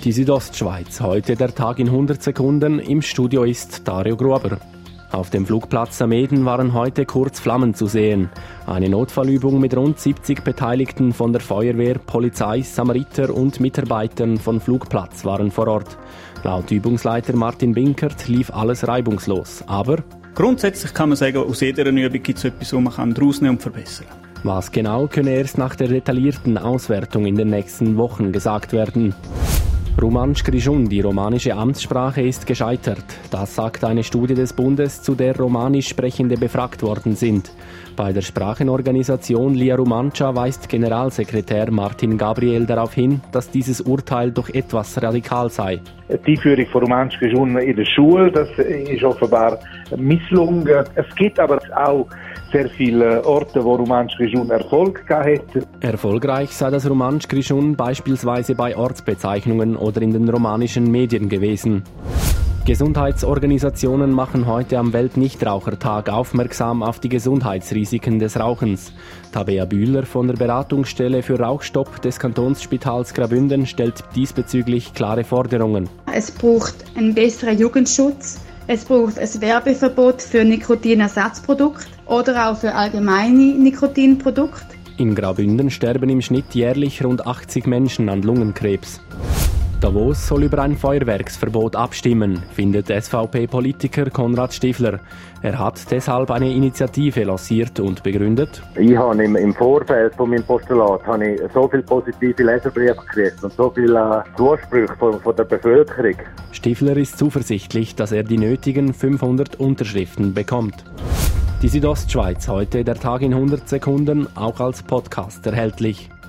Die Südostschweiz, heute der Tag in 100 Sekunden. Im Studio ist Dario Gruber. Auf dem Flugplatz Sameden waren heute kurz Flammen zu sehen. Eine Notfallübung mit rund 70 Beteiligten von der Feuerwehr, Polizei, Samariter und Mitarbeitern von Flugplatz waren vor Ort. Laut Übungsleiter Martin Binkert lief alles reibungslos. Aber grundsätzlich kann man sagen, aus jeder Übung gibt es etwas, was man daraus nehmen und verbessern kann. Was genau, könne erst nach der detaillierten Auswertung in den nächsten Wochen gesagt werden. Romansch Grischun, die romanische Amtssprache, ist gescheitert. Das sagt eine Studie des Bundes, zu der romanisch Sprechende befragt worden sind. Bei der Sprachenorganisation Lia Romancia weist Generalsekretär Martin Gabriel darauf hin, dass dieses Urteil doch etwas radikal sei. Die Einführung von Romansch Grischun in der Schule, das ist offenbar misslungen. Es gibt aber auch sehr viele Orte, wo Romansch Grischun Erfolg gehabt hätte. Erfolgreich sei das Romansch Grischun beispielsweise bei Ortsbezeichnungen oder in den romanischen Medien gewesen. Gesundheitsorganisationen machen heute am Weltnichtrauchertag aufmerksam auf die Gesundheitsrisiken des Rauchens. Tabea Bühler von der Beratungsstelle für Rauchstopp des Kantonsspitals Graubünden stellt diesbezüglich klare Forderungen. Es braucht einen besseren Jugendschutz. Es braucht ein Werbeverbot für Nikotinersatzprodukte oder auch für allgemeine Nikotinprodukte. In Graubünden sterben im Schnitt jährlich rund 80 Menschen an Lungenkrebs. Davos soll über ein Feuerwerksverbot abstimmen, findet SVP-Politiker Konrad Stifler. Er hat deshalb eine Initiative lanciert und begründet: Ich habe im Vorfeld von meinem Postulat so viele positive Leserbriefe gekriegt und so viele Zusprüche von der Bevölkerung. Stifler ist zuversichtlich, dass er die nötigen 500 Unterschriften bekommt. Die Südostschweiz, heute der Tag in 100 Sekunden, auch als Podcast erhältlich.